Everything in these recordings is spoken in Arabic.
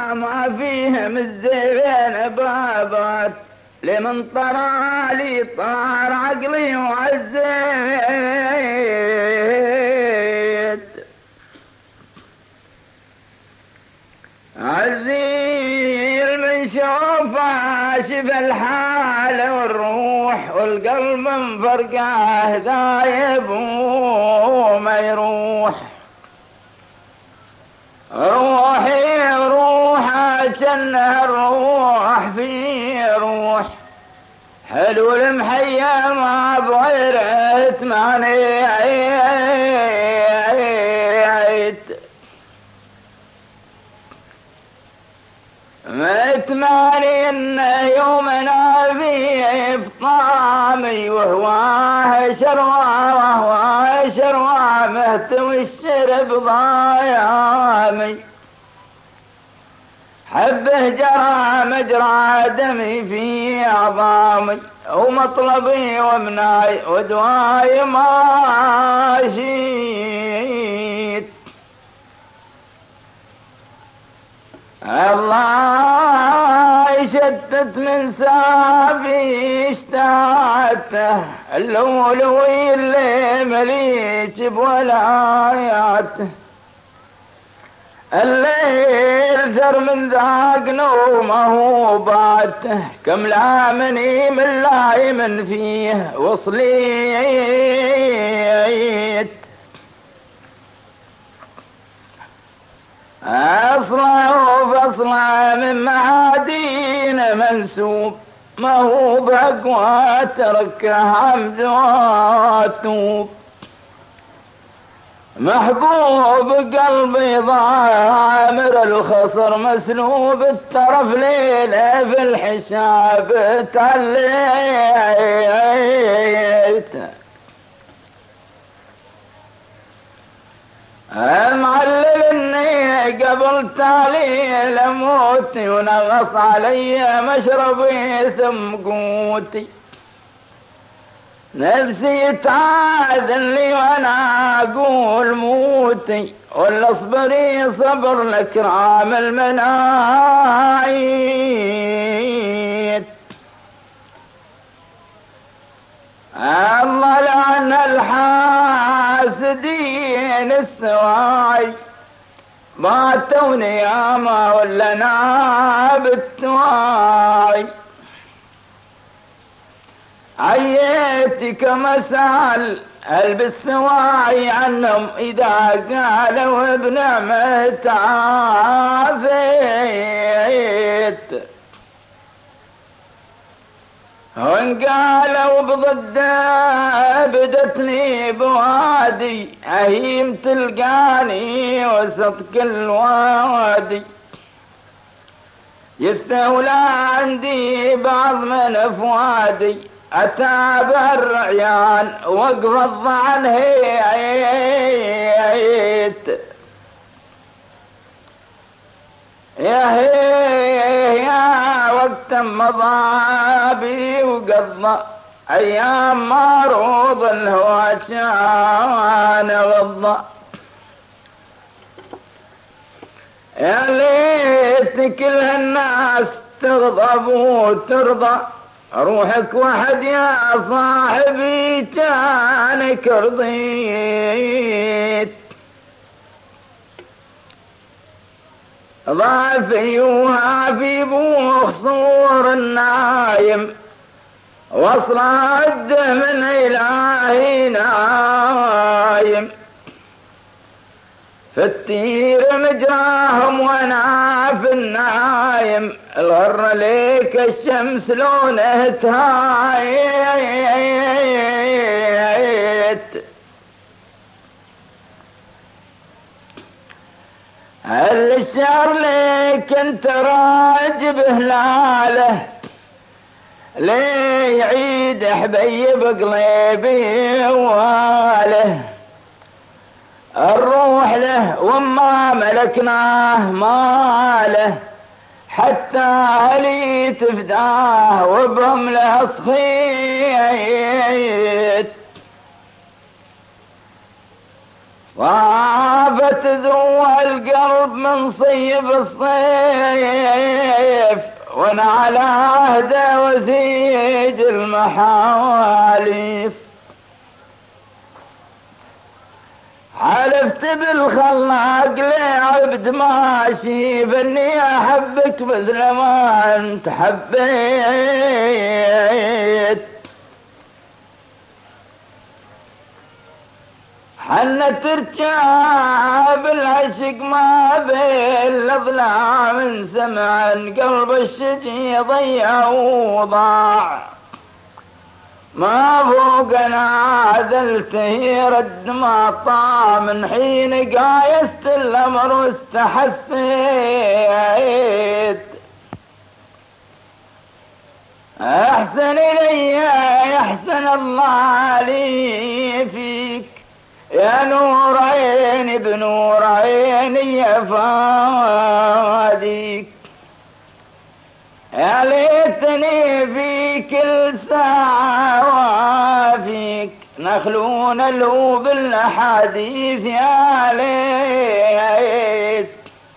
ما فيهم الزين بابات لمن طرالي طار عقلي وعزيت عزيل من شوفه شف الحال والروح والقلب من فرقه ذايب وما يروح روحي روحه جنه الروح في روح حلو المحيا ما بغيره تماني ان يومنا فيه فطامي وهو شرواه مهتوي الشرب ضايامي حبه جرى مجرى دمي في عظامي ومطلبي ومناي ودواي ما شيت الله يشتت من سابي اشتاته اللولوي اللي مليك بولاياته الليل ثر من ذاق نومه باته كم لامني من لايم فيه وصليت أصلا وفصلا من معادين منسوب ما هو بقوى ترك حمد واتوب محبوب قلبي ضامر الخصر مسلوب الترف ليلة في الحساب تعليت معلل اني قبل تالي لموتي ونغص علي مشربي ثم قوتي نفسي تعاذلي وانا اقول موتي ولا اصبري صبر لكرام المنايت الله لعن الحاسدين السواي باتوني ياما ولا ناب التواي عيتي كمسال البس واعي عنهم اذا قالوا بنعمة عافيت وان قالوا بضده بدتني بوادي اهيم تلقاني وسط كل وادي يستولى عندي بعض من افوادي اتابع الرعيان واقفض عن هيت يا وقت مضى بي وقضى ايام معروض الهوى كان غضى يا ليت كل الناس تغضب وترضى روحك وحد يا صاحبي كانك رضيت ضعفي وهافي بوخصور النايم واصرد من الهي نايم فتير مجراهم وانا في النايم الغر ليك الشمس لونه تهايت هل الشعر ليك انت راجب هلاله ليه يعيد حبيب قلبي واله الروح له وما ملكناه ماله حتى هلي تفداه وبرمله صخيت صافت زوى القلب من صيب الصيف، وانا على عهده وثيج المحاليف. حلفت بالخلاق لعبد ماشي فاني احبك مثل ما انت حبيت. حنت رجاب العشق ما بين الاضلاع، من سمع قلب الشجي ضيع وضاع. ما فوق انا ذلته يرد ما طاع، من حين قايست الامر واستحسيت. احسن الي احسن الله لي فيك، يا نور عيني بنور عيني يا فاديك. يا ليتني في كل ساعة وافيك، نخلون له بالاحاديث يا ليت.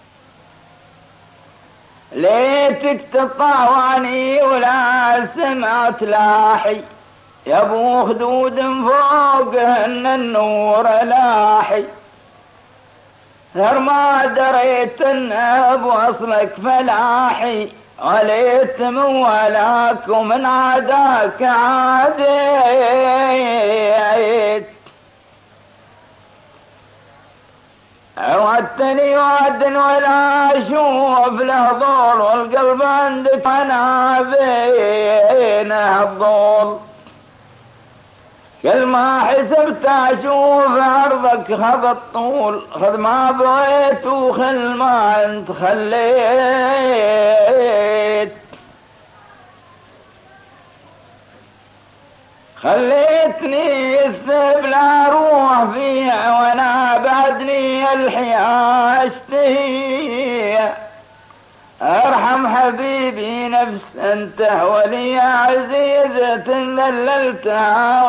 ليتك تطاوعني ولا سمعت لاحي، يا ابو خدود فوقهن النور لاحي. غير ما دريت ان ابو اصلك فلاحي، وليت من ولاك ومن عداك عاديت. وعدتني وعد ولا اشوف له ضول، والقلب عندك انا بينه الضول. كل ما حسبت اشوف عرضك خذ الطول، خذ ما بغيت وخل ما انت خليت. خليتني الثب لا روح فيها، وانا بعدني الحياة اشتهي. ارحم حبيبي نفس انت ولي عزيزة ذللتها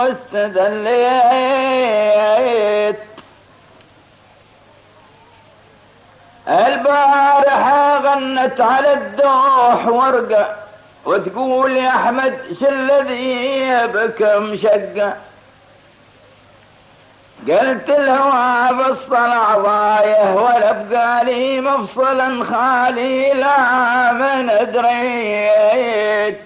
واستذليت. البارحة غنت على الدوح ورقة، وتقول يا احمد شالذي بك مشقة. قلت الهوى بالصلع ضايه، ولا بقالي مفصلا خالي لا من ادريت.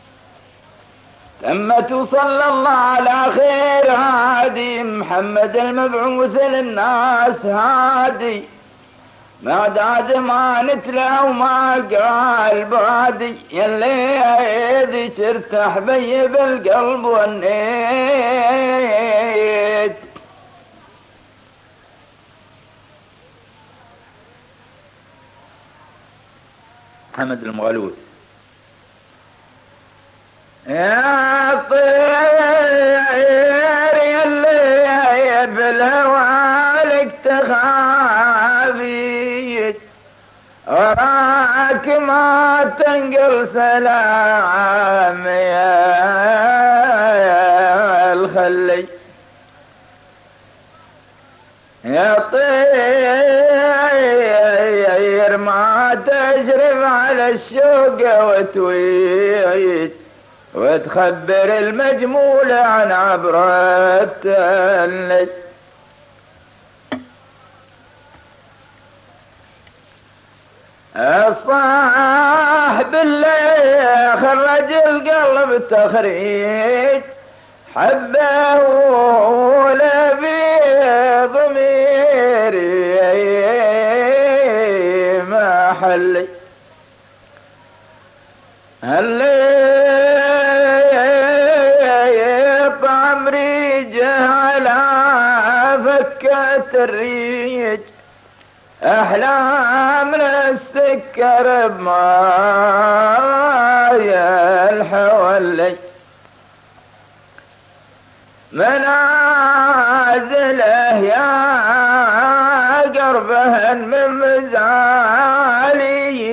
تمت وصلى الله على خير هادي، محمد المبعوث للناس هادي. ما داد ما نتلى وما قال بادي، يلي ذكرت حبيب القلب والنيت. محمد المغلوث. يا طير يلي بالهوالك تخافيك، وراك ما تنقل سلام يا الخلي. يا طير ما تشرف على الشوق وتويج، وتخبر المجمول عن عبرة اللي. الصاحب اللي خرج القلب تخريج، حبه ولا في ضميري محلي. اللي طعم ريجه على فكة الريج، أحلام السكر بمايا الحولي. منازله يا قربهن من مزالي،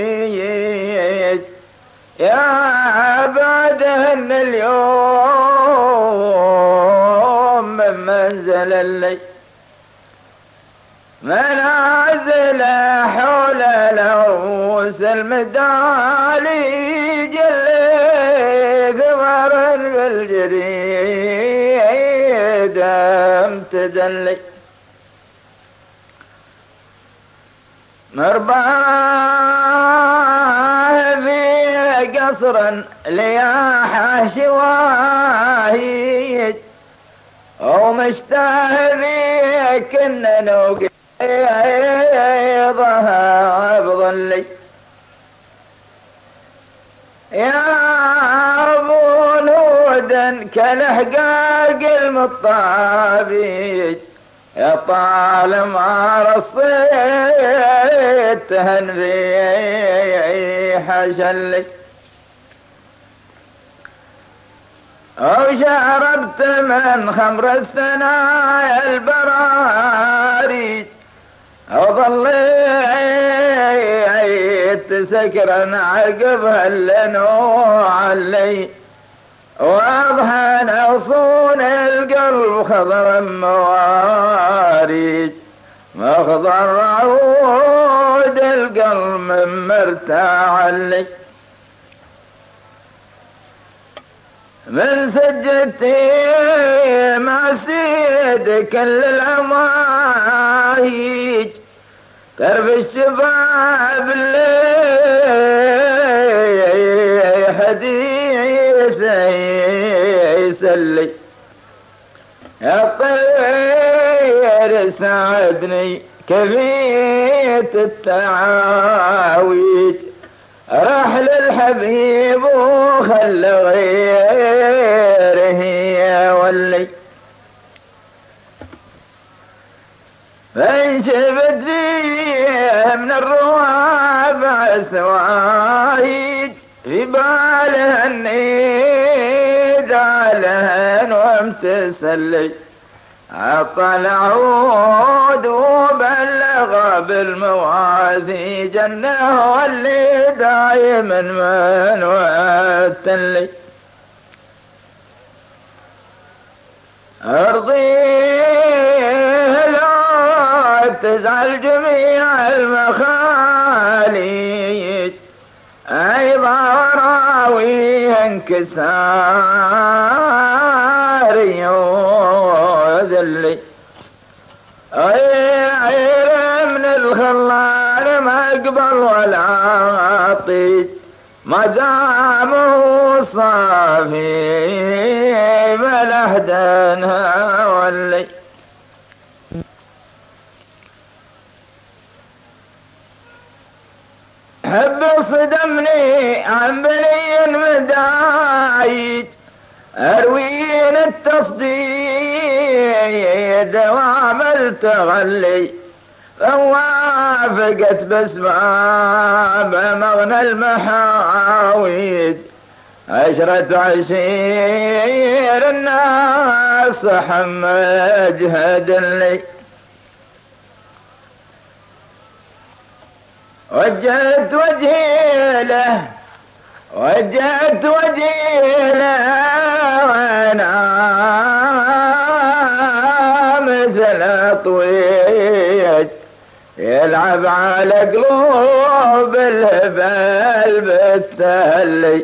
يا بعدهن اليوم من منزل اللي. منازل حول العروس المدالي جلي ثمر بالجريد امتدلي مرباه في قصر لياح شواهيج ومشتهي كنا نوقي ضها بظلي يا ابو نودا كالحقاق المطابيج يا طالما رصيت تهنفيح شلي وشربت من خمر الثنايا البراريج وظليت سكرا عقبها اللنوع اللي واضحا اصون القلب خضر مواريج مخضر عود القلب من مرتاع اللي من سجدتي مع سيد كل العمايج ترف الشباب اللي حديث يسلي يا طير ساعدني كفيت التعاويج راح للحبيب وخل غيره يولي فانشبت فيه من الروابع سوايج في باله النيد علهن وامتسلي عطى العود وبلغ بالمواثي جنه واللي دايما من واتلي ارضيه لا تزعل جميع المخاليج ايضا راوي انكسار يذلي عير من الخلال ما اقبل ولا طيج ما دامه صافي ملحدنها ولي حب صدمني عن بني مدايج اروين التصديد وعملت غلي فوافقت باسباب مغنى المحاويج عشرة عشير الناس حمجهد لي وجهت وجهي له وجهت وجهي له وانا مثل طويج يلعب على قلوب الهبال بالتهلي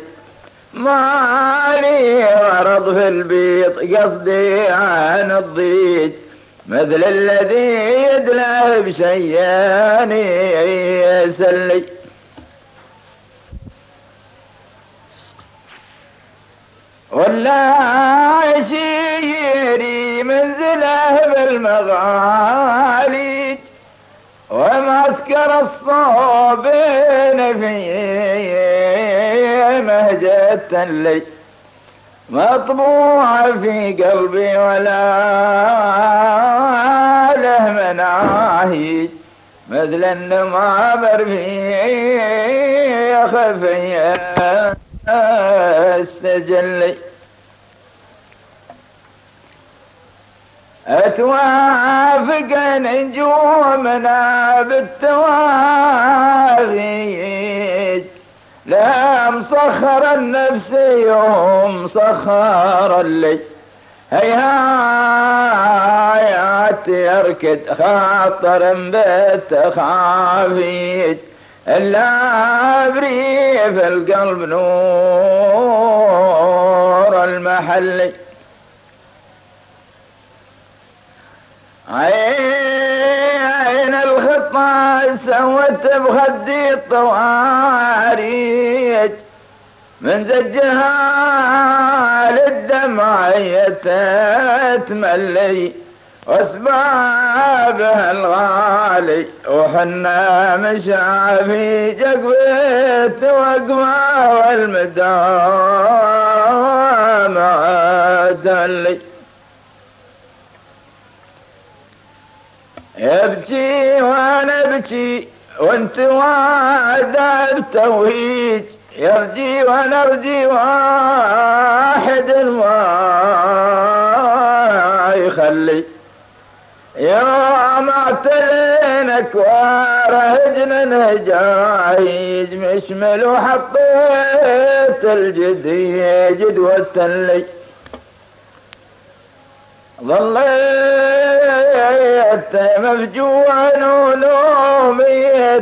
مالي ورض في البيض قصدي عن الضيج مثل الذي يدلى بشياني يسلي ولا شيري منزله بالمغاليج ومعسكر الصوبين في مهجة لي مطبوع في قلبي ولا له مناهيج مثل النمامر في خفية السجل اتوافق نجومنا بالتوافيج لا مسخر النفس يوم سخر اللي هيهات يركد خاطر بالتخافيج إلا بريف القلب نور المحلي. عين الخطة سوت بخدي الطواريج من زجها للدمع تتملي واسبابها الغالي وحنا مشى في جقبت وقمة والمدام عدلي. يبكي وانا ابكي وانت وعدا بتوهيج يرجي ونرجي واحد ما يخلي يوم اعتلينك ورهجنا نجايج مشمل وحطيت الجديد والتلي. ظليت مفجوعا ونومي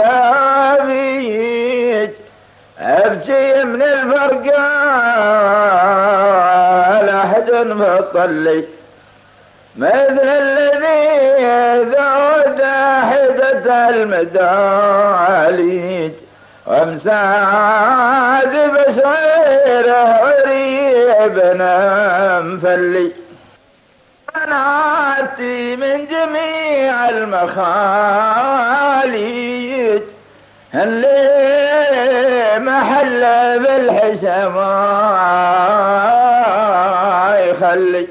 تشافيج أبكي من الفرقة لحد فطلي مثل الذي ذود حدة المداليج ومساعد بصيره عريبنا مفلي. منعتي من جميع المخاليج اللي محل بالحشا ما يخلي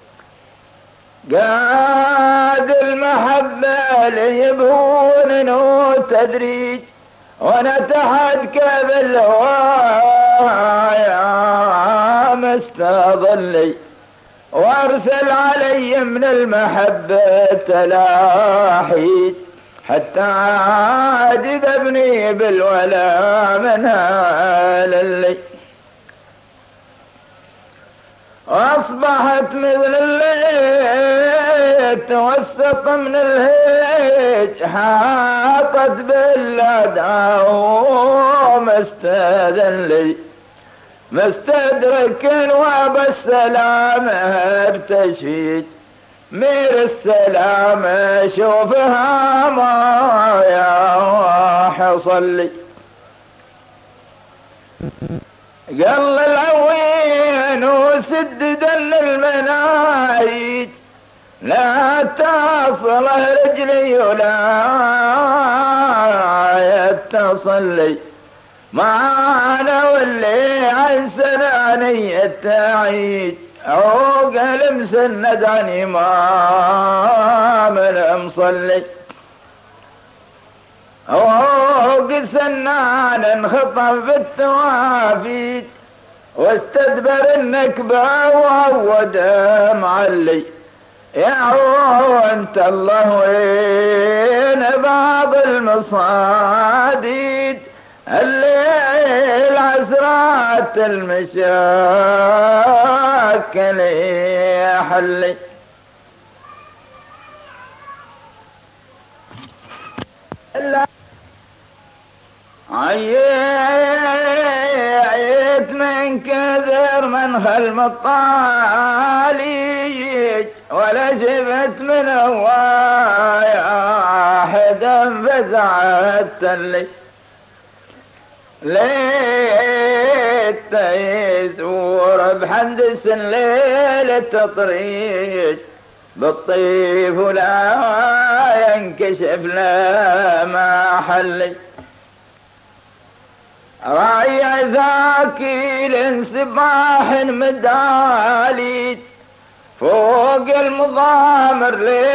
قاد المحبة اللي يبون تدريج وانا تحت بالهوايا مستظلي وارسل علي من المحبة تلاحيج حتى عاد ذبني بالولا منها للي. واصبحت مثل الليل توسط من الهيج حاطت باللدى ومستذلي مستدرك وبالسلامة بتشفيج مير السلامة شوفها ما يا حصل لي. قل العوين وسدد المنايج لا تصل رجلي ولا يتصل لي معانا واللي عن سناني التعيج عوق مسند عن إمام المصلي عوق سنان انخطف بالتوافيج واستدبر النكبة وعود معلي. يا انت الله وين بعض المصاديد الليل عسرات المشاكل يحلي. عيت من كثر من خلم الطاليج ولا شفت من هوايا حدا فزعت لي. ليت يزور بحندس الليل تطريج بالطيف ولا ينكشف لا ما حلي. راعي ذاكيل سباح مداليج فوق المضامر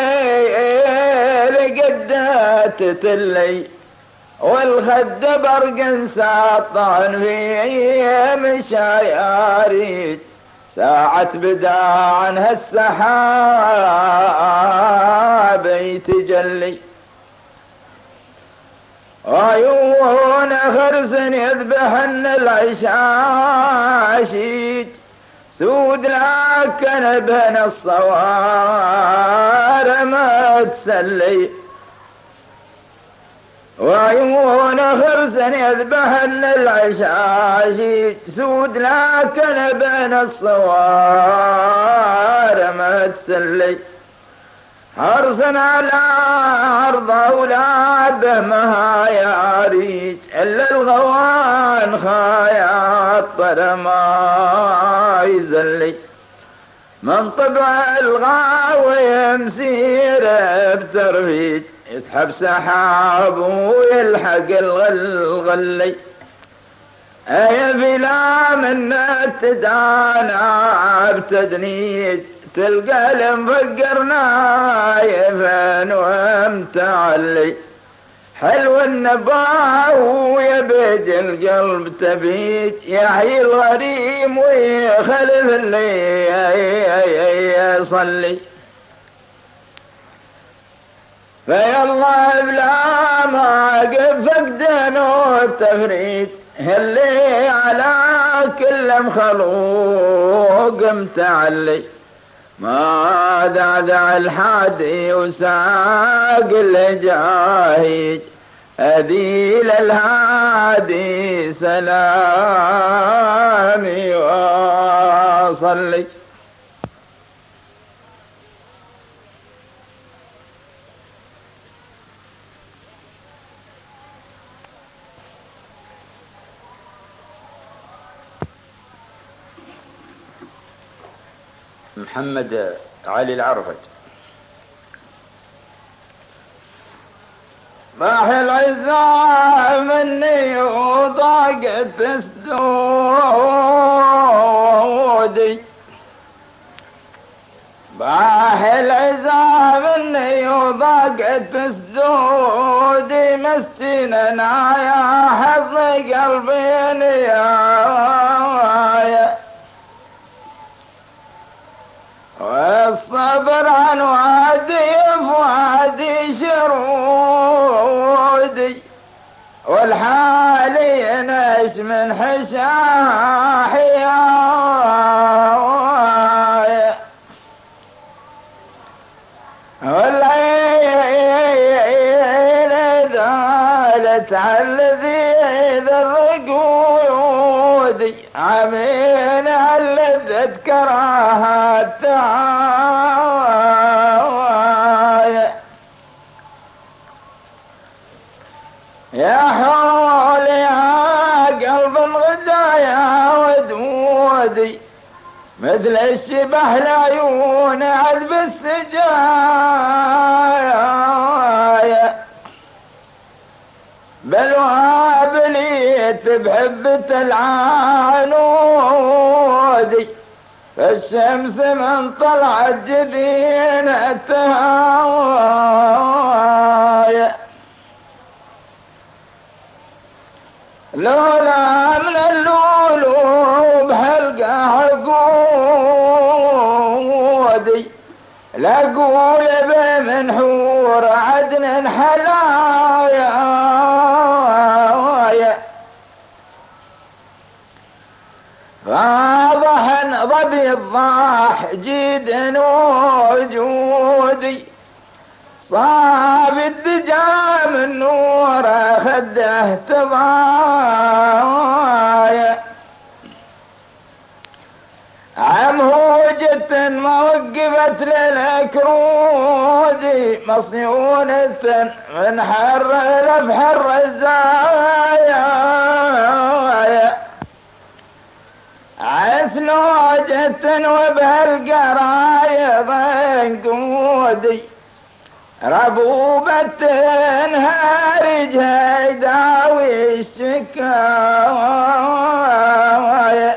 ليل قدات تلي والخد برق ساطان في مشاياريج ساعة بدا عنها السحاب يتجلي. عيون خرس يذبحن العشاشيج سود لكن بين الصوار ما تسلي وعيون خرس يذبحن العشاشي سود لكن بين الصوار ما تسلي حرصنا على عرض أولاده ما يعريج إلا الغوان خياطر ما يزلي من طبع الغاوي مسير بترفيج يسحب سحاب ويلحق الغلي أي بلا من تدانا بتدنيج تلقى المفقر نايفا ومتعلي حلو النباه ويبيج القلب تبيج يحيي الغريم ويخلف اللي يصلي فيا الله بلا ما قف فقدن والتفريج اللي على كل مخلوق متعلي ما دعدع الحادي وساق الجاهيج أذيل الهادي سلامي وصلي محمد علي العرفج. باحي العزة مني وضاقت سدودي باحي العزة مني وضاقت سدودي مسكينا يا حظ قلبي يا والصبر عن وادي فؤادي شرودي والحال ينش من حشاحي والليل ذالت على الذي الرقودي عمين على كراهة يا حول يا قلب الغدايا ودودي مثل الشبح العيون عذب السجايا بل وابليت بحبة العنودي فالشمس من طلعت جبينتها لولا من اللولو بحلقة عقودي لقول بمنحور عدن حلايا فاضح ضبي الضاح جيد وجودي صاب الدجا من نور خده تضايا عمهوجة موقفت للكرودي مصيونة من حر لبحر الزايا عسنوجة وبهالقرايض انقودي ربوبة هارج هيداوي الشكاية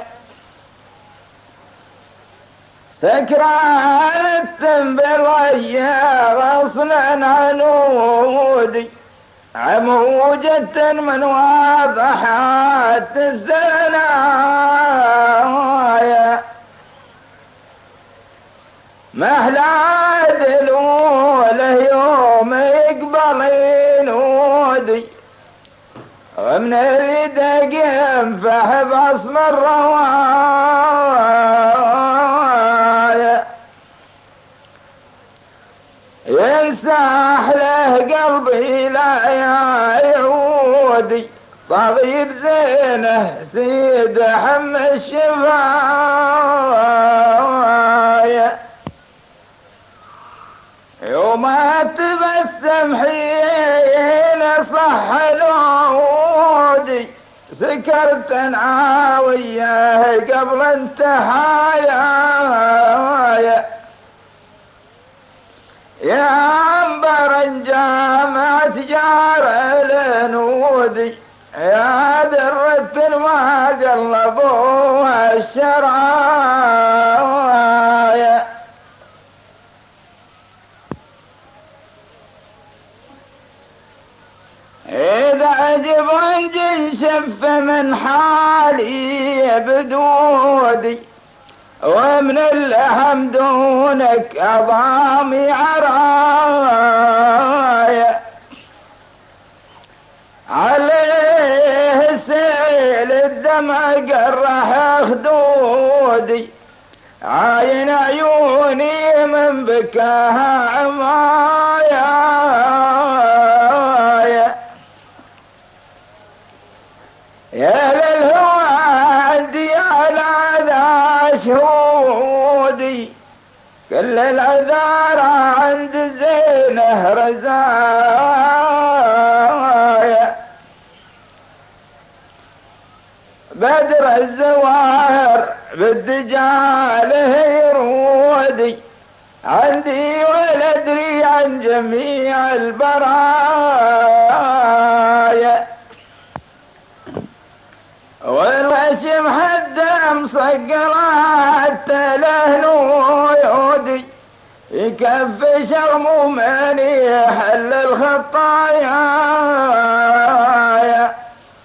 سكران بالغيا غصنا عنودي عموجة من واضحات الثنايا محلا دلوله يوم يقبل ينودي ومن اليد ينفح بصم الروايا أحلى قلبي لا يعودي طبيب زينه سيد حم الشفايا يوم تبسم حين صح العودي سكرت نعاويه قبل انتهايا يا عنبر جامع تجار النودي يا درة ما قلبوها الشرايا إذا عجب شف من حالي بدودي ومن اللحم دونك عظامي عرايا عليه سيل الدمع قرح خدودي عاين عيوني من بكاها عمايا يا للهوى عندي على ذا شهودي كل العذار عند زينه رزايا بدر الزواهر بالدجال يرودي عندي ولا ادري عن جميع البرايا والغشم حد مصقرات له يودي يكفي شرم من يحل الخطايا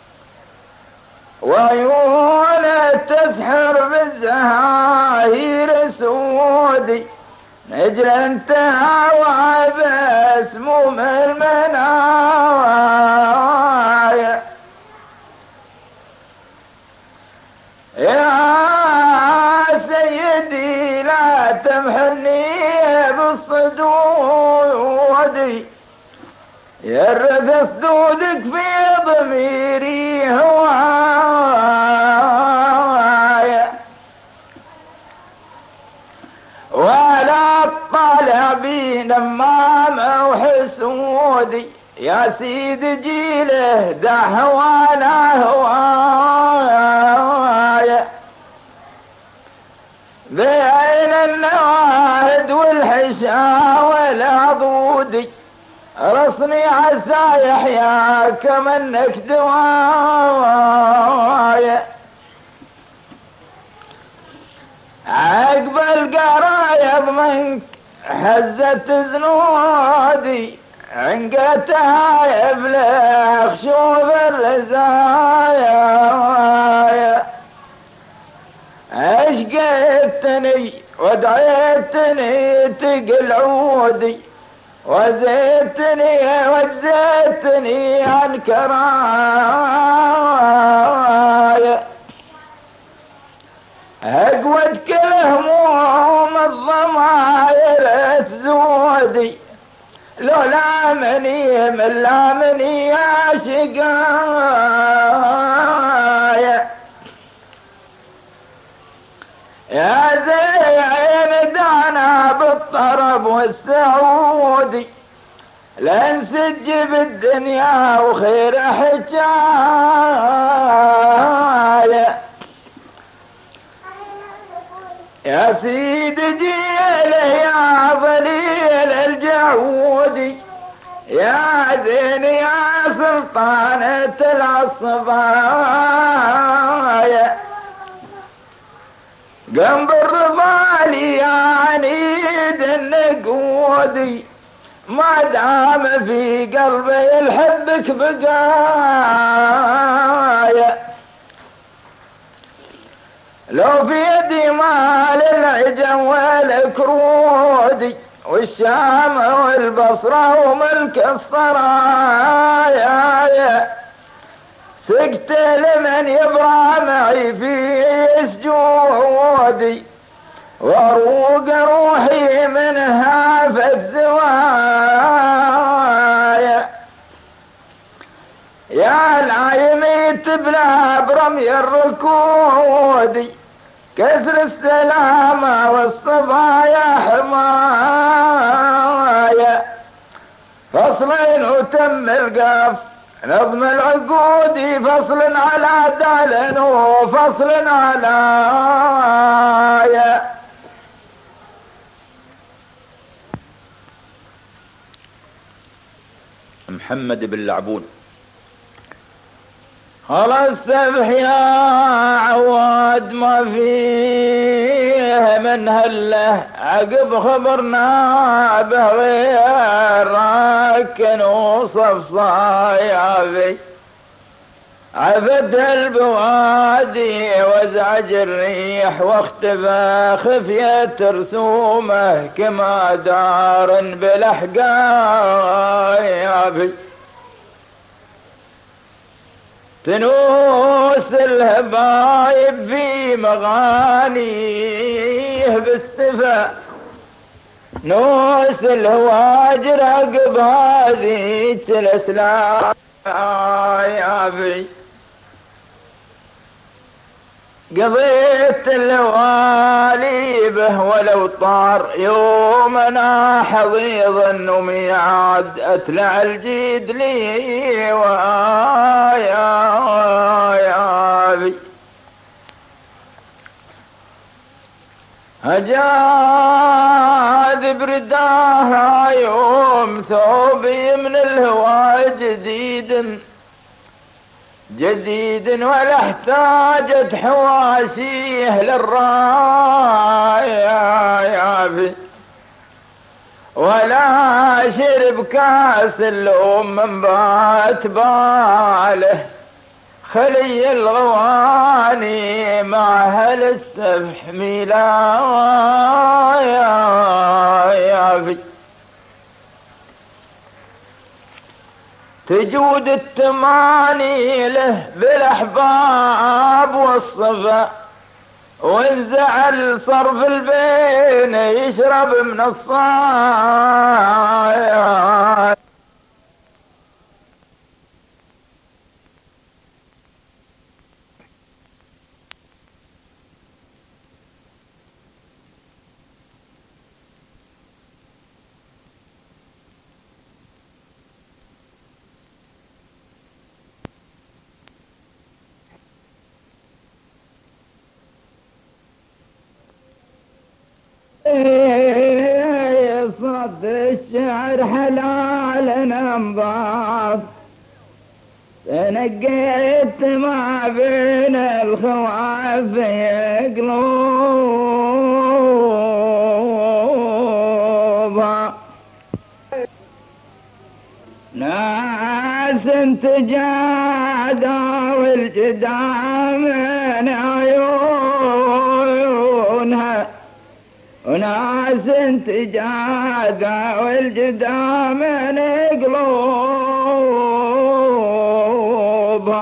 وعيونه تسحر بالزهاير سودي نجل انتهى باسمه المنايا يا سيدي لا تمحني بالصدود يرث صدودك في ضميري هوايا ولا اطلع بينما وحسودي يا سيد جيله دع وانا هوايا بين النواد والحشا والعضودي رصني عسى يحياك منك دوايا عقب القرايب منك حزت زنودي عنقتها يبلغ شوف الرزايا اشقيتني ودعيتني تقل عودي وزيتني وجزيتني عن كرايا اقود كل هموم الضماير تزودي لولا مني من لا مني يا شقايا يا زين دانا بالطرب والسعودي لنسج بالدنيا وخير حجايا يا سيد جيله يا ظليل الجعودي يا زين يا سلطانة العصبايا قم بالرضالي يا عنيد النقودي ما دام في قلبي يحبك بقايا لو في يدي مال العجم والكرودي والشام والبصرة وملك الصرايا سقت لمن يبرى معي في سجودي واروق روحي من هافة زوايا تبلى برمي الركود كسر السلامة والصبايا حماية فصلين وتم القاف نظم العقود فصل على دال وفصل على محمد بن لعبون. خلاص السبح يا عواد ما فيه من هله عقب خبرنا به غير راكن وصف صايافي عفت البوادي وازعج الريح واختفى خفية رسومه كما دار بالاحقاف تنوس الهبايب في مغانيه بالسفا نوس الهواجر عقب هذه الاسلام يا في قضيت الليالي به ولو طار يومنا حضيض وميعاد اتلع الجيد لي ويا بي هجاد برداها يوم ثوبي من الهوى جديد ولا احتاجت حواشيه للراية ولا شرب كاس اللوم من بات باله خلي الغواني مع اهل السفح ميلايا تجود التماني له بالاحباب والصفا وانزعل صرف البين يشرب من الصايا صد الشعر حلال انضاف نقيت ما بين الخواف قلوبها ناس تجادى والجدام من عيونها وناس تجادى والجدام من قلوبها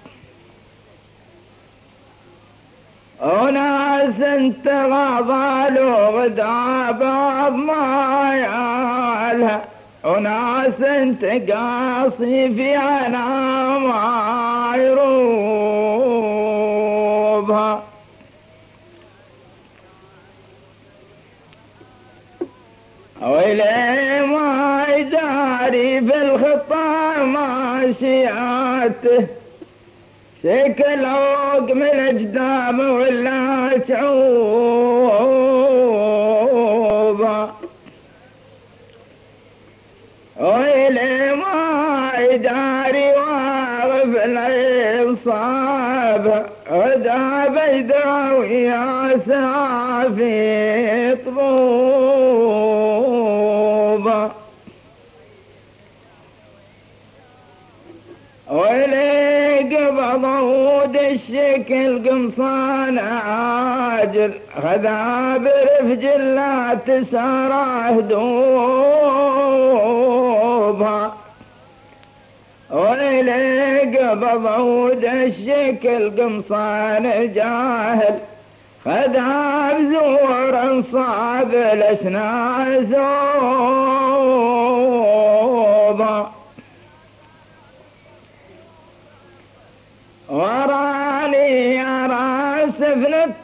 وناس تغضل وغدا بعض ما يالها وناس تقاصي في عنا ما يروبها ويلي ما يداري في الخطة ماشياته شكل عوق من الاجدام ولا شعوبه ويلي ما يداري واقف العصابه ودا بيداوي يا سافي طبوبه ويلي قبض عود الشكل قمصان عاجل خذا برفج لا تسارى هدوبها ويلي قبض عود الشكل قمصان جاهل خذا بزور صاب الاسنان ذوبها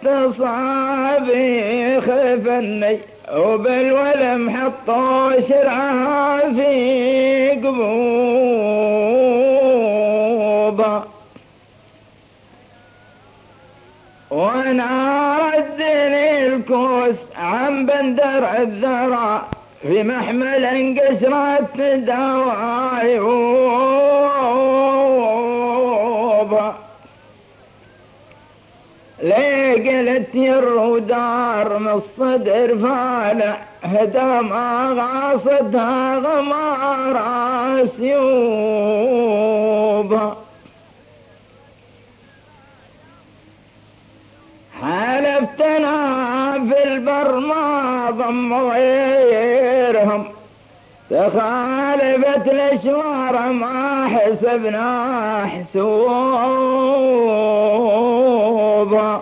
استصابي خفني وبالولم حطوا شرعها في قبوبه ونار الدين الكوس عن بندر الذرى في محمل انقشرت دوايوبه ليه قلت يرو دار من الصدر فالع هدى ما غاصتها غمار سيوبه حلفتنا في البر ما ضم غيرهم تخالفت الاشوار ما حسبنا حسوبا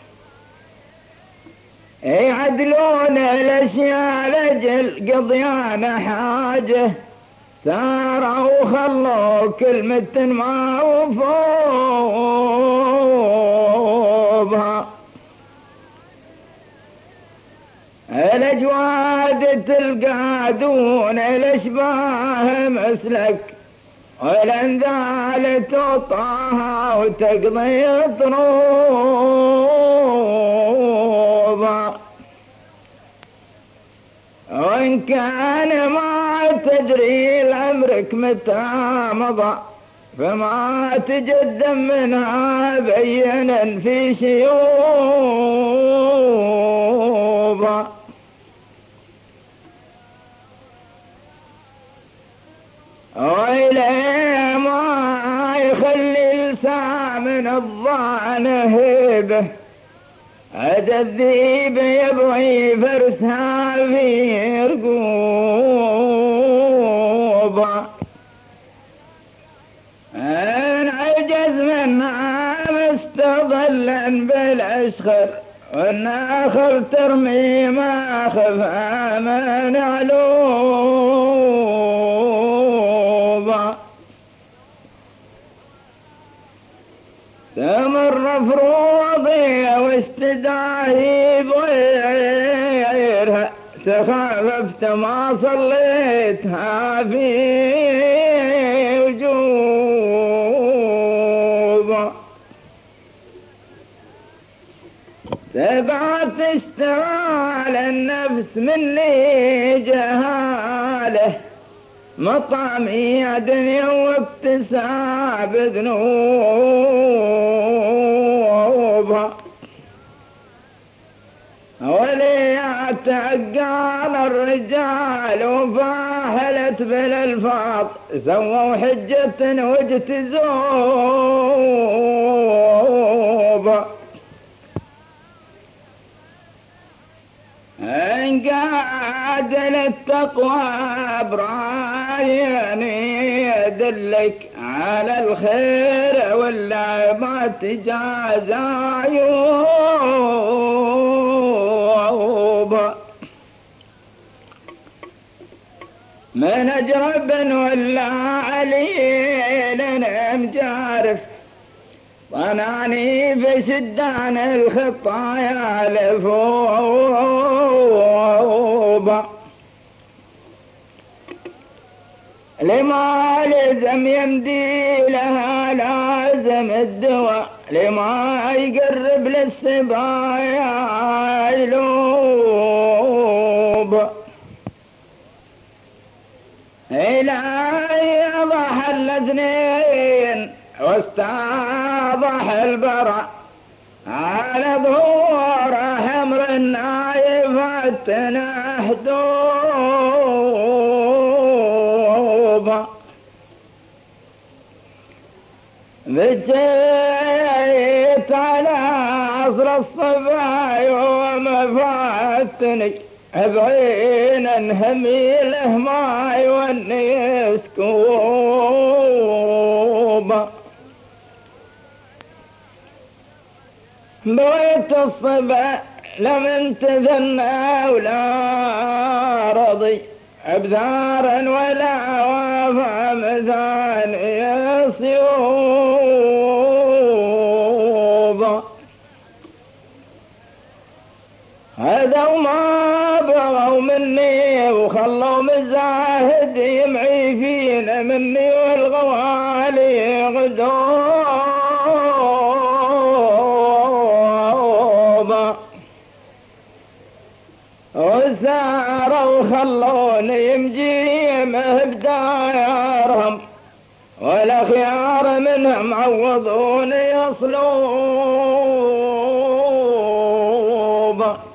يعدلون الاشياء لجل قضيان حاجه ساروا وخلوا كلمة ما وفوبها الأجواد تلقى دون الأشباه مسلك والأنذال تطاها وتقضي طروبا وإن كان ما تدري لعمرك متى مضى فما تجدم منها بينا في شيوبا وإليه ما يخلي لسان من الظان هيبه هذا الذيب يبغي فرسها في رقوبه ان عجز منها مستظلا بالاشخر والناخل ترمي ما خفى من علوبه تمر فروضي واستدعي بغيرها تخاففت ما صليتها في وجوبه تبعت اشتغال النفس مني جهاله مطعمي دنيا واكتساب ذنوبها ولي اعتقال الرجال وفاحلت بالالفاظ سووا حجة واجتزوبها إن قاد للتقوى برايني يدلك على الخير ولا ما تجاز عيوبه من أجرب ولا عليل مجارف طناني في شدان الخطايا لفوبة لما لزم يمدي لها لازم الدواء لما يقرب للسبايا يلوب إلهي ضح الاثنين واستضح البرع على ظهور حمر النايفات نحدوبا بجيت على عصر الصبا يوم فاتني بعين هميله ما يوني سكوبا بغيت الصبا لم انتذنى ولا رضي ابذارا ولا وافى مثال يصيوبا. يعين مني والغوالي غدوبة وساروا خلوني يمجيمه بدايرهم والأخيار منهم عوضوني أصلوبة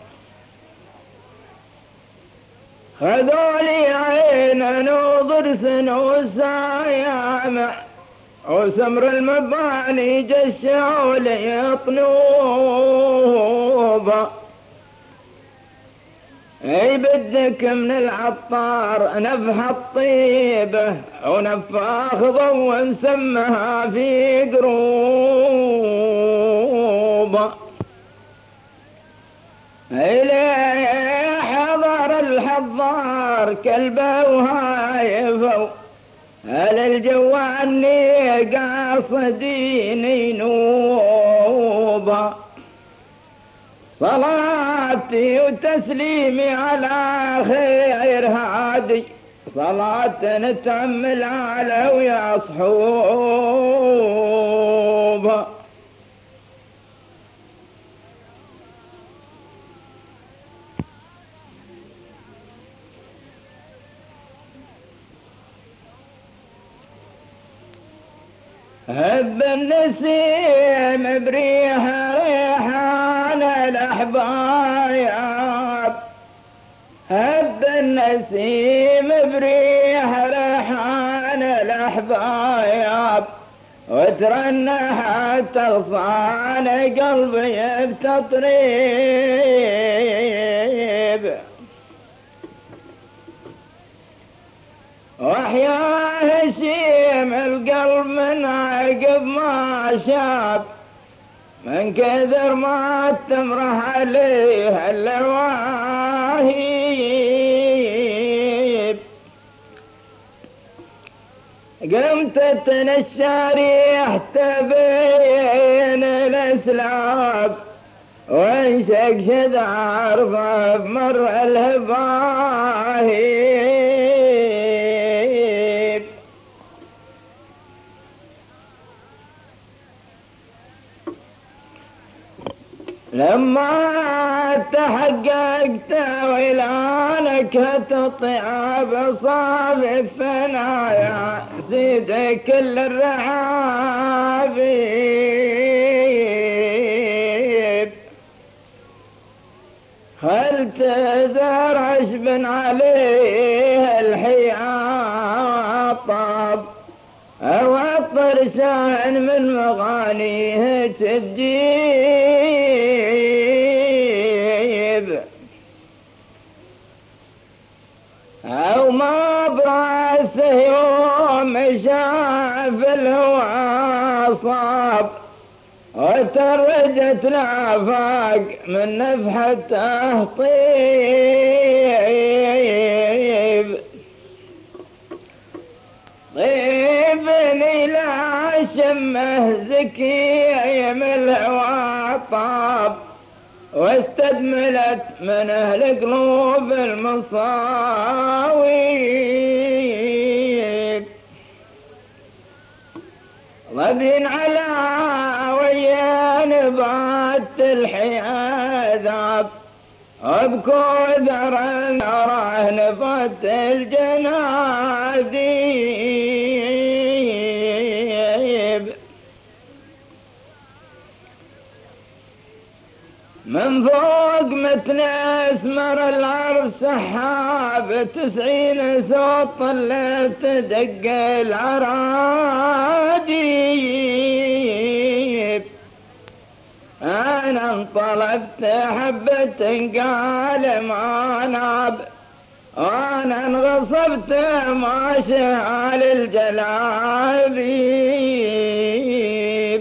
خذوا لي عينا وضرس وسايامع وسمر المباني جشعوا لي طنوبة اي بدك من العطار نفح الطيبة ونفاخ ضو نسمها في قروبة إلي حضر الحضار كلبه وهايفه هل الجو عني قاصديني نوبة صلاتي وتسليمي على خير هادي صلاة نتأمل على ويا صحوبة هب النسيم بريحة ريحان الأحبايب هب النسيم بريحة ريحان الأحبايب وترنحت تغصان قلبي بتطريب وحياه هشيم القلب من عقب ما شاب من كثر ما تمرح عليه اللواهيب قمت تنشى ريحة بين الاسلاب وانشقشد عرضه بمر الهباهيب لما تحققت ولانك تطيب صاب الثنايا زيد كل الرعابيب خلت زرش بن عليه الحياطب أو الطرشان من مغانيه تجيب أو ما براسه يوم شاف الهوى صاب وترجت الآفاق من نفحته طيب طيبني لا شمه زكي من الهوى طاب واستدملت من أهل قلوب المصاويب ضبين على ويا نبات الحياذاب بكثر نراه نبات الجناديب من فوق مثل اسمر العرب سحاب 90 صوت اللي تدق العراجيب انا انطلبت حبة قال ما ناب وانا انغصبت ما شال الجلابيب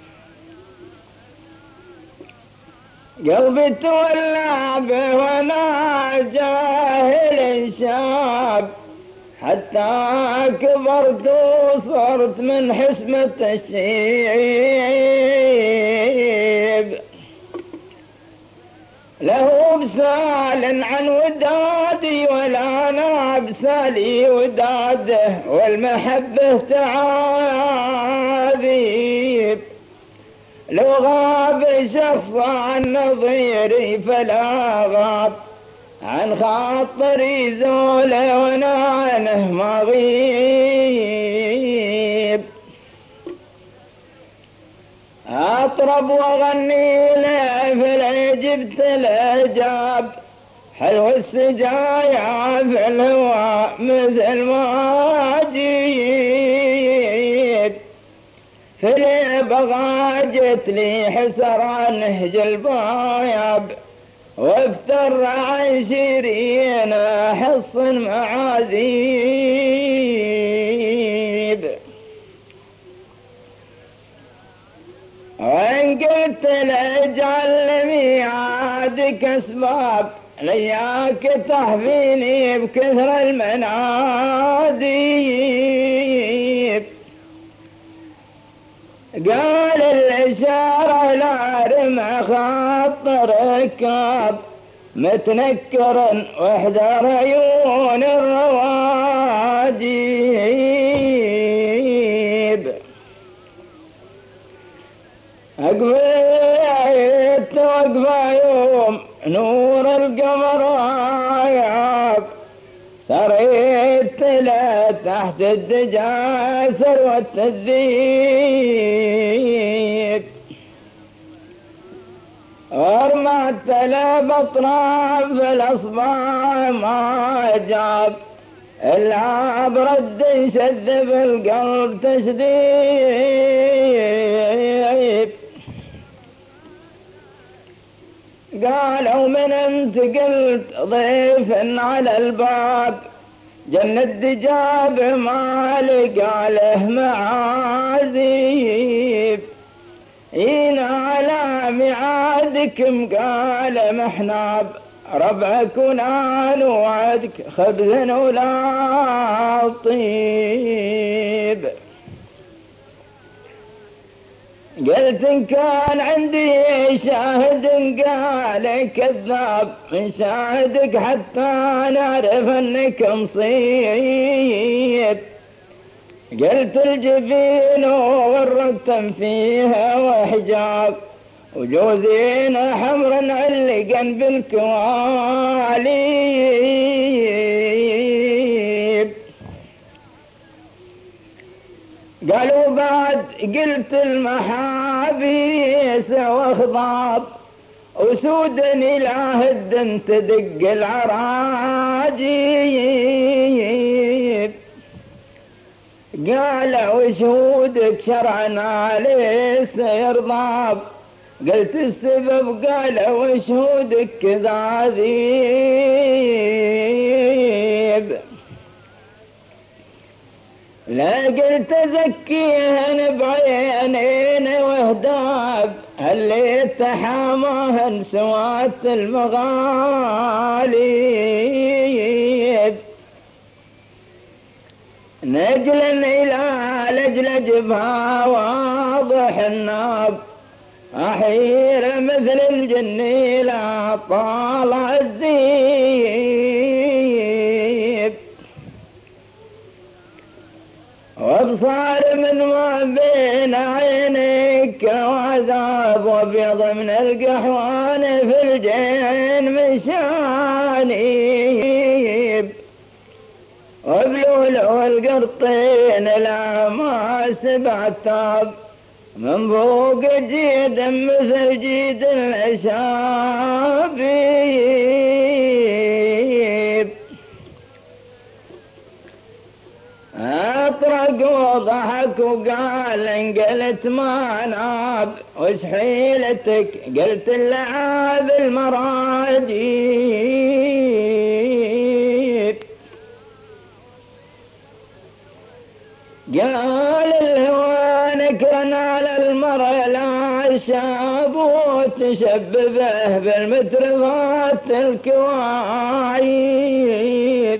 قلبي تولى به وانا جاهل شاب حتى كبرت وصرت من حسمة الشيب له بسال عن ودادي ولا انا بسال سالي وداده والمحبة تعاذيب. لو غاب شخص عن نظيري فلا غاب عن خاطري زوله وانا عنه ما غيب. اطرب واغني له فلا جبت الاجاب حلو السجايا في الهوى مثل ما اجيب. فلي بغى جت لي حسر عنه البايب وافتر عن شيرين حصن معاذيب. وإن قلت لاجعل ميعادك أسباب لياك تحفيني بكثر المناديب. قال الإشارة لا رمى خاطر ركاب متنكر واحذر عيون الرواجيب. أقبلت وقفة يوم نور القمر غايب سريت لا تحت الدجا سروة الذيب. ورمت له بطراف الأصبع ما جاب إلا برد شذب القلب تشذيب. قالوا من انت قلت ضيف على الباب جن الدجاب ما لقى له معازيب. إن على ميعادكم قال محناب ربعك ونال وعدك خبز ولا طيب. قلت إن كان عندي شاهد قال كذاب من شاهدك حتى نعرف انك مصيب. قلت الجبين والرتم فيها وحجاب وجوزين حمر علقا بالكواليب. قالوا بعد قلت المحابيس واخضاب وسودني لا هد تدق العراجيب. قالوا شهودك شرعنا ليس يرضاب قلت السبب قالوا شهودك كذاذيب. لا قلت زكيهن بعينين واهداب اللي تحاماهن سوات المغاليب. نجلا إلى لجل جبها واضح الناب أحير مثل الجني لا طالع الذيب. وابصار من ما بين عينيك وعذاب وبيض من القحوان في الجين من شانيب. وبلولو القرطين لا ما سبع تاب من فوق جيد مثل جيد الأشابيب. أطرق وضحك وقال إن قلت ما ناب وش حيلتك قلت اللعاب المراجيب. قال الهوى نكرا على المرء لا شاب وتشببه بالمترفات الكواعيب.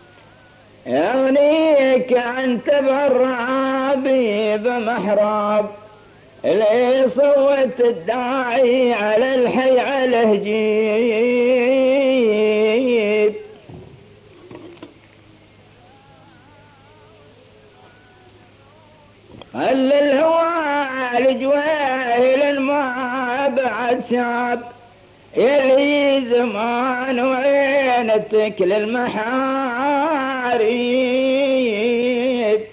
يغنيك عن تبع الرعابيب محراب اللي صوت الداعي على الحي على هجيب. خل الهوى لجويل ما بعد شاب يلي زمان وعينتك للمحاريب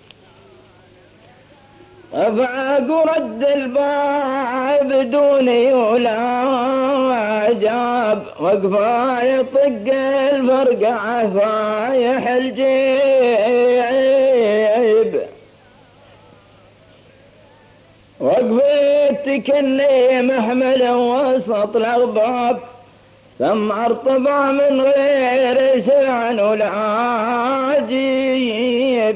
طبعك ورد الباب دوني ولا جاب وقفا يطق الفرقع فايح الجيب وقفتك اللي محمل وسط الأغباب سمع طبع من غير شعن ولا عجيب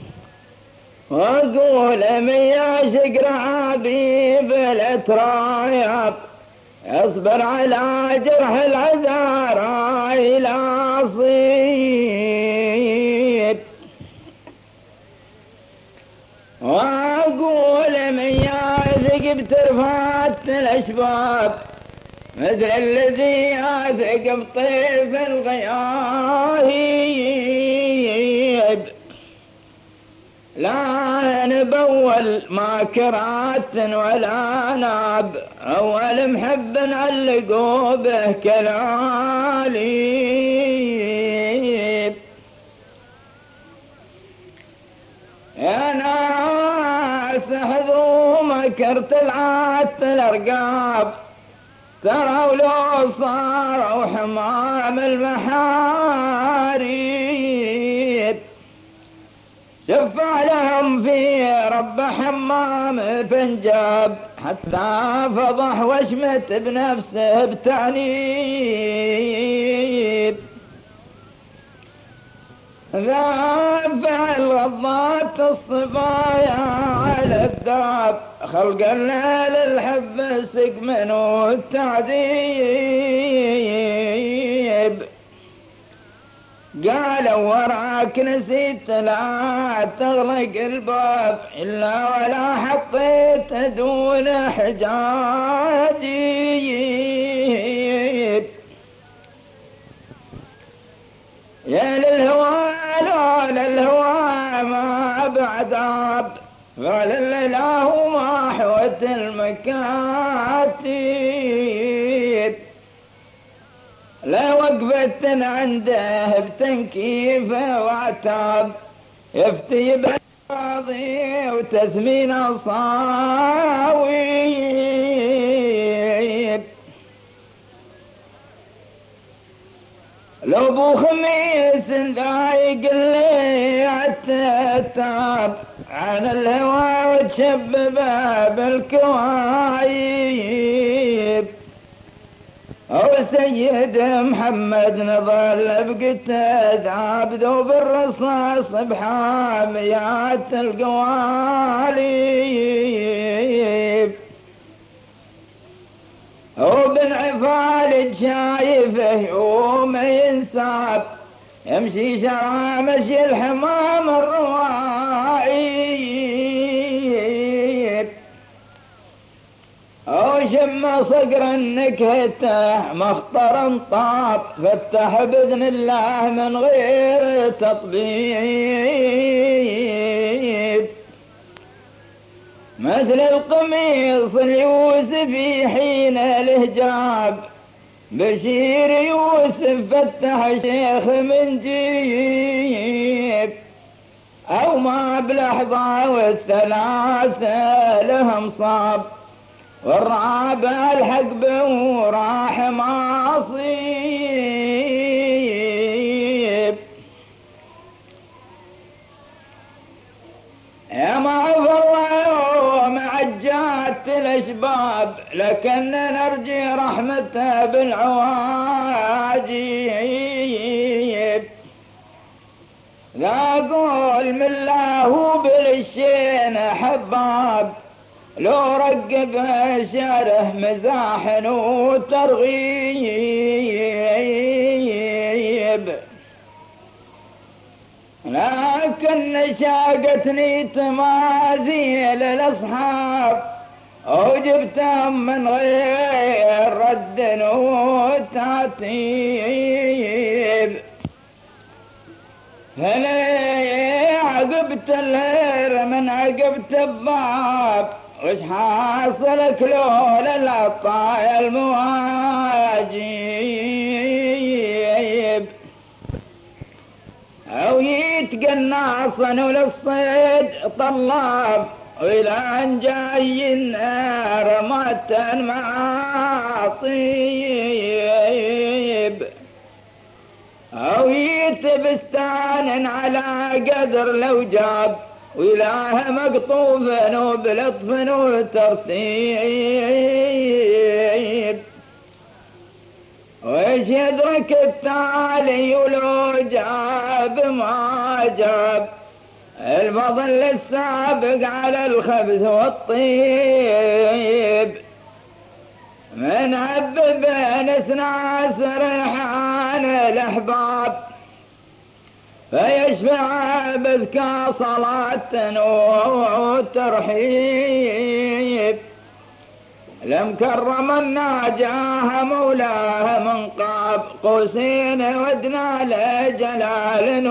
واقول من يعشق رعابي بالاترايب اصبر على جرح العذارى الى صيب واقول من يعشق بترفات الاشباب مثل الذي يثق بطيف الغياهيب لا نبول ما كرات ولا ناب أول محب علقوا به كالعاليب يا ناس احذوا مكرت العات الأرقاب ترى ولو صاروا حمام المحاريب شفع لهم في رب حمام فنجاب حتى فضح وشمت بنفسه بتعنيب ذاب الغضات الصبايا على الداب خلق الليل الحب السقمن والتعذيب قالوا وراك نسيت لا تغلق الباب إلا ولا حطيت دون حجاجيب يا للهوى لا للهوى ما بعد عاب قال الله ما حوت المكاتب لا وقفت عنده بتنكيفه وعتاب يفتي بالراضي وتثمين صاويب لو بو خميس ضايق اللي عتاب عن الهوى وتشببه بالكوايب أو سيد محمد نظل بقتاد عابدو بالرصاص بحاميات القواليب وبن عفال شايفه يوم ينساب يمشي شرع مشي الحمام الرواعيب أو شم صقر النكهته مخطر طاب فتح بإذن الله من غير تطبيب مثل القميص اليوسفي حين الهجاب بشير يوسف فتح شيخ من جيب أو ما بلحظة والثلاثة لهم صاب والرابع الحق بوراح معصيب يا معفر معجات الاشباب لكن نرجي رحمته بالعواجيب لا قول من الله بالشين حباب لو رقب شعره مزاح وترغيب لكن شاقتني تماثيل الاصحاب وجبتهم من غير رد وتعتيب فلي عقبت الرمى من عقبت الضاب وش حاصلك لولا العطايا المواجيب أو يتقناصا وللصيد طلاب وإلى أن جاي النار مات معاطيب أو يتبستان على قدر لو جاب وإله مقطوف بلطف وترتيب وإيش يدرك التالي ولو جاب ما جاب الفضل السابق على الخبث والطيب من هب بين اسناس ريحان الأحباب فيشفع بذكى صلاة وترحيب لم كرم الناجاه مولاه من قاب قوسين ودنا لجلال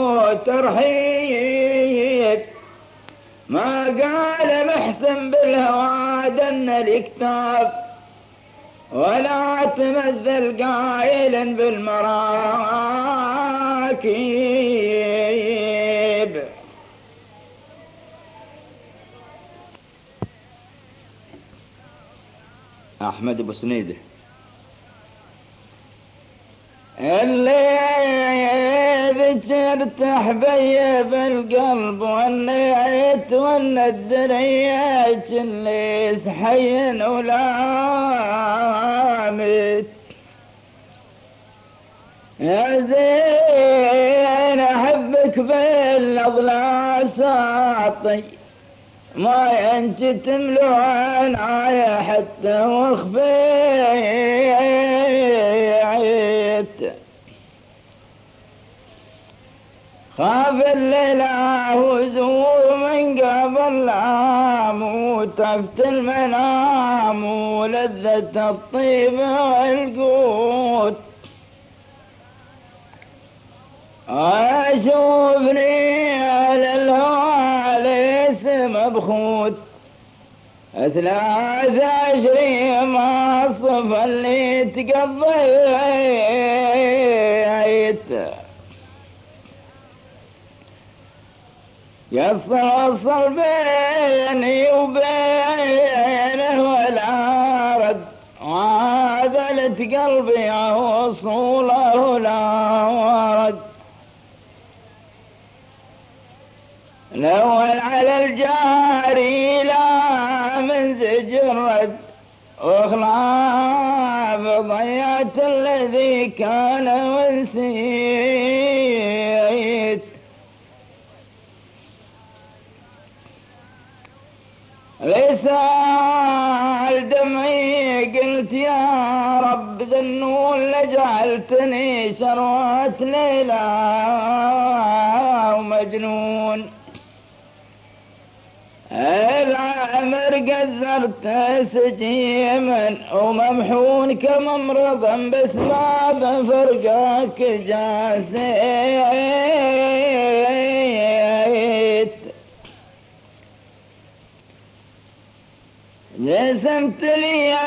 وترحيب ما قال محسن بالهوى دن الكتاب ولا تمثل قائل بالمراكب أحمد أبو سنيده اللي ذكرت حبيب القلب والنيت والندريات اللي سحين ولامت يا زين أحبك بالأضلاع ساطي ما ينجت ملوان عايا حتى وخفيت خاف الليلة وزور من قبل اموت افت المنام ولذة الطيب والقوت اشوفني على الهوى ليس مبخوت 23 ما الصف اللي تقضيت يصل بيني وبينه ولا رد وعذلت قلبي وصوله لا ورد الأول على الجاري لا من زجر رد واخلاف ضيعت الذي كان ونسيت ليس دمعي قلت يا رب ذنون لجعلتني شروة ليلى ومجنون العمر قذرت سجيما وممحون كممرضا بسباب فرقك جاسيت جسمت لي يا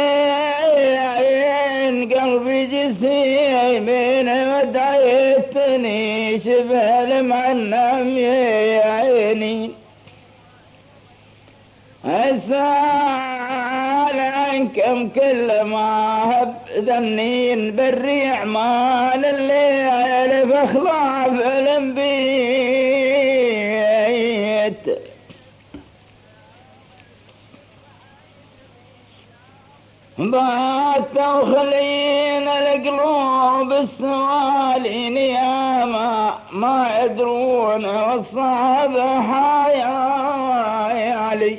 زين قلبي جسيمين ودعيتني شبه المعنم يا عيني أسأل عنكم كل ما هب ذنين بالريع مال الليل فاخلاف الانبيت بات وخلين القلوب السوالين يا ما يدرون والصعب حيالي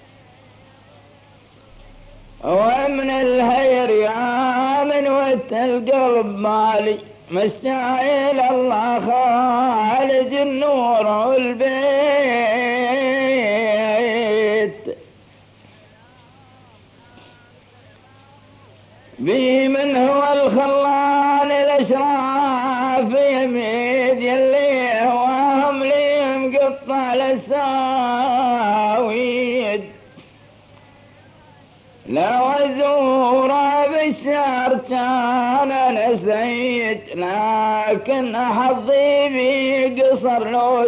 ومن الهير يا من وت القلب مالي مستعيل الله خالج النور والبيت بي من هو الخلان الاشراف يميد يلي هواهم لي قطع لساويد لو ازوره بالشهر كان انا سيد، لكن حظي بقصر لو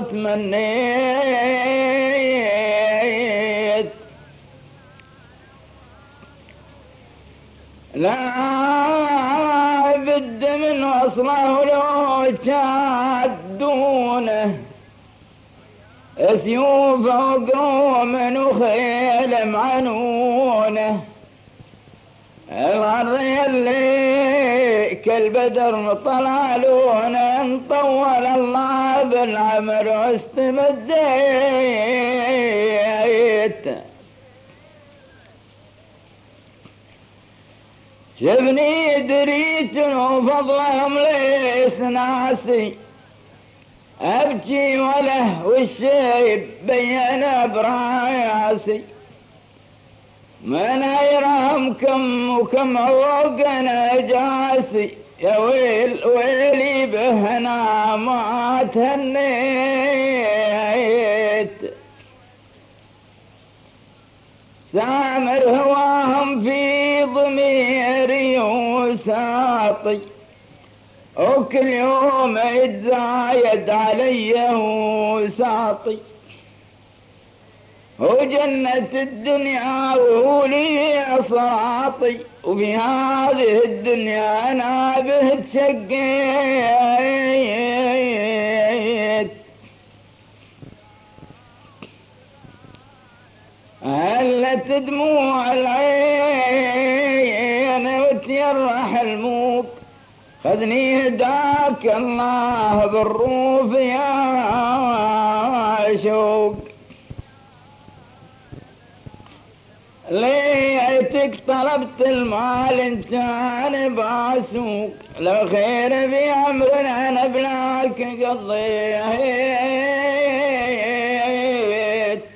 تمنيت. لا بد من وصله لو شادونه سيوف وقروم وخيل معنونه. الغر اللي كالبدر طلع لونه نطول الله بالعمر واستمديت. شبني دريت وفضلهم ليس ناسي أبكي وله والشيب بين براسي. من أيرهم كم وكم عوقنا جاسي، يا ويل ويلي بهنا ما تهنيت. سامر هواهم في ضميري وساطي، وكل يوم يتزايد علي وساطي. وجنة الدنيا وولي صراطي، وفي هذه الدنيا أنا به تشقيت. هلت دموع العين وتيرح الموت، خذني هداك الله بالروف يا شوق. ليتك طلبت المال ان كان باسوق، لو خير في امرنا انا بلاك قضيت.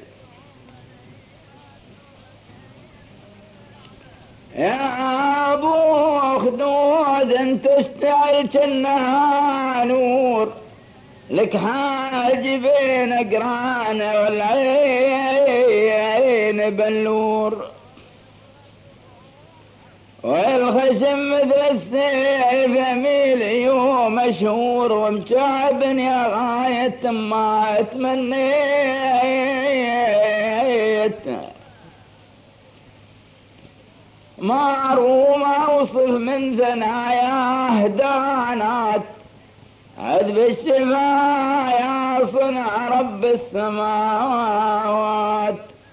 يا ابو خدود انت تشتعل كنها نور، لك حاجبين قرانه والعين بلور، والخشم مثل السيف يميل يوم مشهور، ومشعب يا غاية ما تمنيت. ما اروم اوصف من ثناياه دانات، عذب الشفا يا صنع رب السماوات.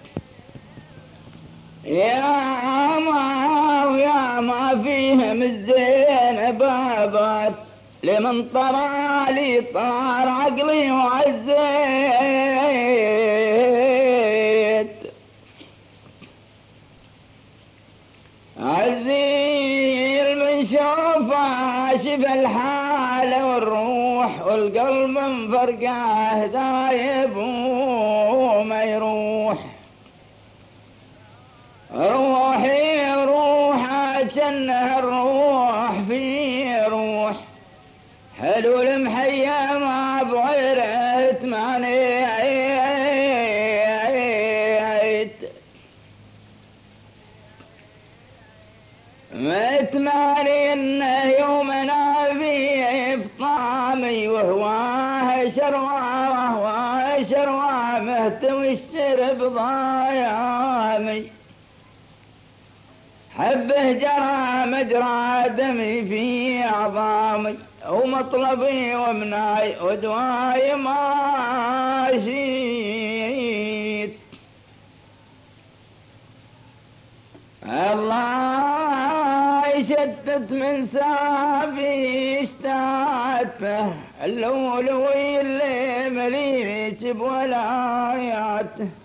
يا ما فيهم الزين بابات، لمن طرى لي طار عقلي وعزيت. عزيل من شوفه شفى الحالة والروح، والقلب من فرقه ذايب وما يروح. روحي روحه جنه الروح في روح، حلو المحيا ما بغيره تمانيت. متماني انه يومنا في طعمي، وهواه شرواه وهواه شرواه مهتوي الشرب ضايامي. حبه جرى مجرى دمي في عظامي، ومطلبي ومناي ودواي ما شيت. الله يشتت من سافي اشتاته، اللولوي اللي مليت بولاياته.